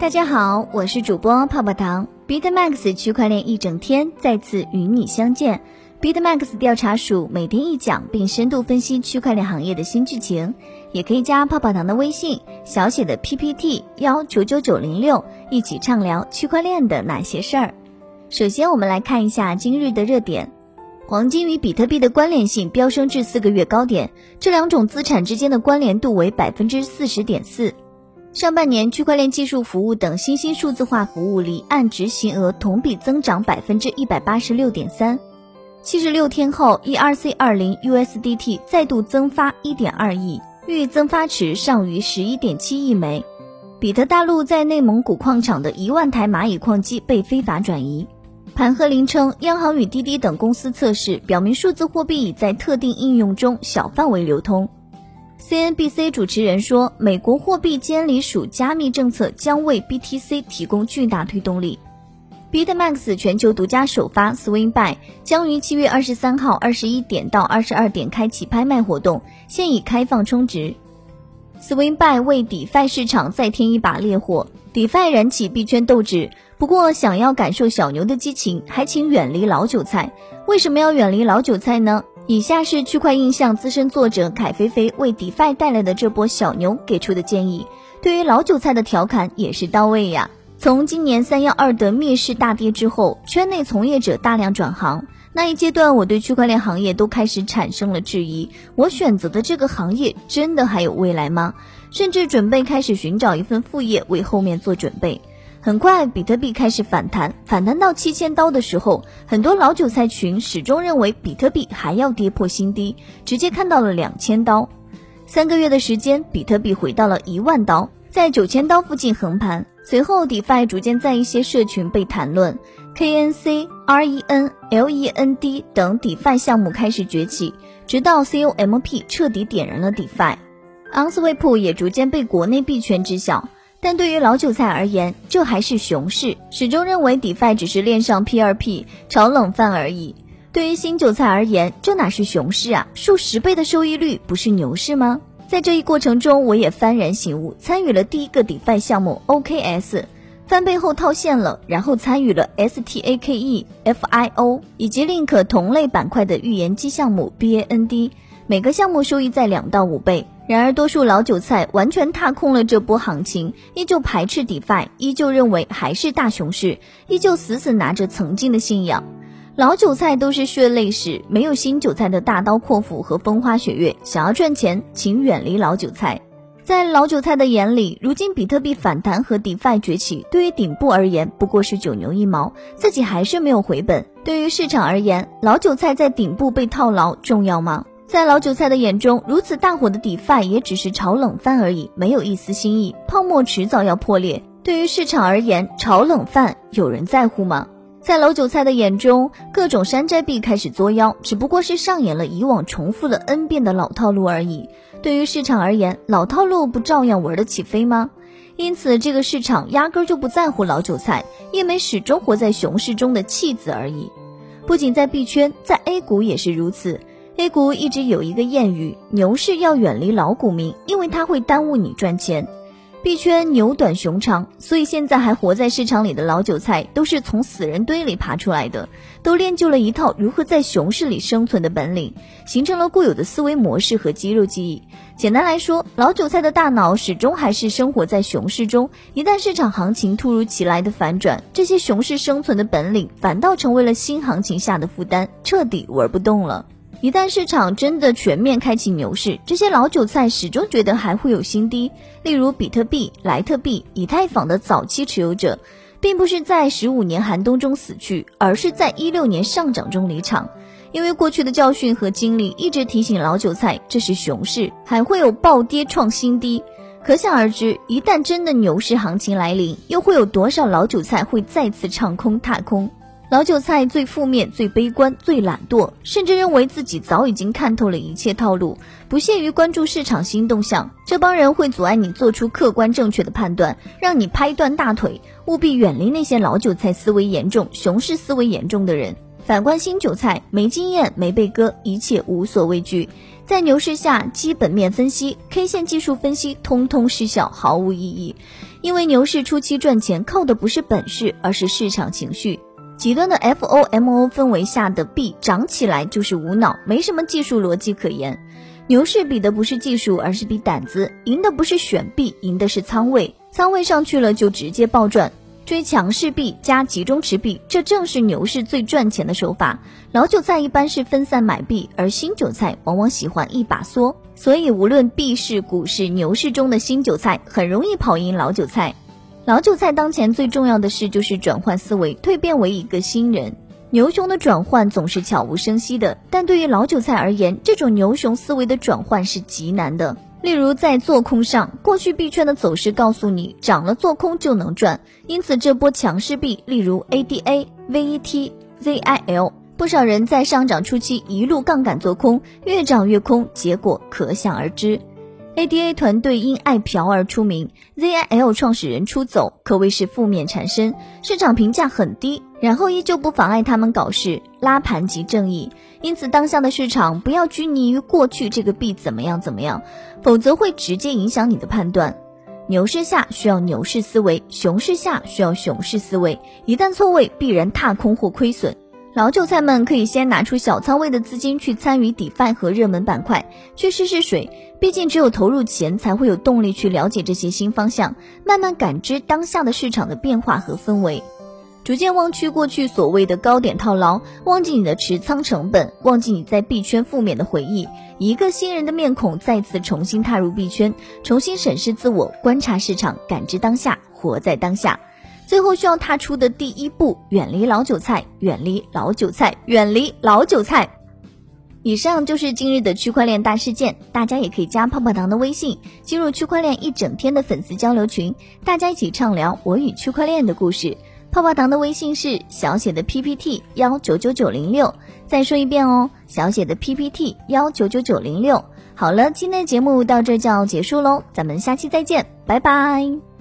大家好，我是主播泡泡糖。BitMax 区块链一整天再次与你相见。BitMax 调查署每天一讲，并深度分析区块链行业的新剧情。也可以加泡泡糖的微信，小写的 PPT 199906，一起畅聊区块链的那些事儿。首先我们来看一下今日的热点。黄金与比特币的关联性飙升至4个月高点，这两种资产之间的关联度为 40.4%。上半年区块链技术服务等新兴数字化服务离岸执行额同比增长 186.3%。76天后 ERC20 USDT 再度增发 1.2 亿，预增发池尚余 11.7 亿枚。比特大陆在内蒙古矿场的1万台蚂蚁矿机被非法转移。盘鹤林称，央行与滴滴等公司测试表明数字货币已在特定应用中小范围流通。CNBC 主持人说，美国货币监理署加密政策将为 BTC 提供巨大推动力。BitMax 全球独家首发 Swing Buy 将于7月23号21点到22点开启拍卖活动，现已开放充值。Swing Buy 为 DeFi 市场再添一把烈火， DeFi 燃起币圈斗志。不过想要感受小牛的激情，还请远离老韭菜。为什么要远离老韭菜呢？以下是区块印象资深作者凯菲菲为 DeFi 带来的这波小牛给出的建议，对于老韭菜的调侃也是到位呀。从今年312的灭市大跌之后，圈内从业者大量转行，那一阶段我对区块链行业都开始产生了质疑，我选择的这个行业真的还有未来吗？甚至准备开始寻找一份副业为后面做准备。很快比特币开始反弹到7000刀的时候，很多老韭菜群始终认为比特币还要跌破新低，直接看到了2000刀。3个月的时间，比特币回到了1万刀，在9000刀附近横盘。随后 DeFi 逐渐在一些社群被谈论， KNC、REN、LEND 等 DeFi 项目开始崛起，直到 COMP 彻底点燃了 DeFi。 OnSwap 也逐渐被国内币圈知晓。但对于老韭菜而言，这还是熊市，始终认为 DeFi 只是链上 P2P 炒冷饭而已。对于新韭菜而言，这哪是熊市啊，数10倍的收益率不是牛市吗？在这一过程中，我也幡然醒悟，参与了第一个 DeFi 项目 OKS， 翻倍后套现了，然后参与了 STAKE、FIO 以及 Link 同类板块的预言机项目 BAND， 每个项目收益在2到5倍。然而多数老韭菜完全踏空了这波行情，依旧排斥 DeFi， 依旧认为还是大熊市，依旧死死拿着曾经的信仰。老韭菜都是血泪史，没有新韭菜的大刀阔斧和风花雪月，想要赚钱请远离老韭菜。在老韭菜的眼里，如今比特币反弹和 DeFi 崛起对于顶部而言不过是9牛1毛，自己还是没有回本。对于市场而言，老韭菜在顶部被套牢重要吗？在老韭菜的眼中，如此大火的 DeFi 也只是炒冷饭而已，没有一丝新意，泡沫迟早要破裂。对于市场而言，炒冷饭有人在乎吗？在老韭菜的眼中，各种山寨币开始作妖，只不过是上演了以往重复了 N 遍的老套路而已。对于市场而言，老套路不照样玩得起飞吗？因此这个市场压根就不在乎老韭菜，因为始终活在熊市中的弃子而已。不仅在币圈，在 A 股也是如此。A 股一直有一个谚语，牛市要远离老股民，因为它会耽误你赚钱。币圈牛短熊长，所以现在还活在市场里的老韭菜都是从死人堆里爬出来的，都练就了一套如何在熊市里生存的本领，形成了固有的思维模式和肌肉记忆。简单来说，老韭菜的大脑始终还是生活在熊市中，一旦市场行情突如其来的反转，这些熊市生存的本领反倒成为了新行情下的负担，彻底玩不动了。一旦市场真的全面开启牛市，这些老韭菜始终觉得还会有新低。例如比特币、莱特币、以太坊的早期持有者，并不是在15年寒冬中死去，而是在16年上涨中离场。因为过去的教训和经历一直提醒老韭菜，这是熊市，还会有暴跌创新低。可想而知，一旦真的牛市行情来临，又会有多少老韭菜会再次唱空踏空。老韭菜最负面、最悲观、最懒惰，甚至认为自己早已经看透了一切套路，不屑于关注市场新动向。这帮人会阻碍你做出客观正确的判断，让你拍断大腿。务必远离那些老韭菜思维严重、熊市思维严重的人。 反观新韭菜，没经验没被割，一切无所畏惧。在牛市下，基本面分析、K 线技术分析通通失效，毫无意义。因为牛市初期赚钱靠的不是本事，而是市场情绪。极端的 FOMO 氛围下的币涨起来就是无脑，没什么技术逻辑可言。牛市比的不是技术，而是比胆子，赢的不是选币，赢的是仓位，仓位上去了就直接暴赚。追强势币加集中持币，这正是牛市最赚钱的手法。老韭菜一般是分散买币，而新韭菜往往喜欢一把梭，所以无论币市、股市、牛市中的新韭菜很容易跑赢老韭菜。老韭菜当前最重要的事就是转换思维，蜕变为一个新人。牛熊的转换总是悄无声息的，但对于老韭菜而言，这种牛熊思维的转换是极难的。例如在做空上，过去币圈的走势告诉你涨了做空就能赚，因此这波强势币例如 ADA、VET、ZIL， 不少人在上涨初期一路杠杆做空，越涨越空，结果可想而知。ADA 团队因爱嫖而出名， ZIL 创始人出走，可谓是负面缠身，市场评价很低，然后依旧不妨碍他们搞事，拉盘即正义。因此当下的市场不要拘泥于过去这个币怎么样，否则会直接影响你的判断。牛市下需要牛市思维，熊市下需要熊市思维，一旦错位必然踏空或亏损。老韭菜们可以先拿出小仓位的资金去参与 DeFi 和热门板块，去试试水，毕竟只有投入钱才会有动力去了解这些新方向，慢慢感知当下的市场的变化和氛围。逐渐忘去过去所谓的高点套牢，忘记你的持仓成本，忘记你在币圈负面的回忆，以一个新人的面孔再次重新踏入币圈，重新审视自我，观察市场，感知当下，活在当下。最后需要踏出的第一步，远离老韭菜，远离老韭菜，远离老韭菜。以上就是今日的区块链大事件，大家也可以加泡泡糖的微信，进入区块链一整天的粉丝交流群，大家一起畅聊我与区块链的故事。泡泡糖的微信是小写的 PPT 199906，再说一遍哦，小写的 PPT 199906。好了，今天的节目到这就要结束喽，咱们下期再见，拜拜。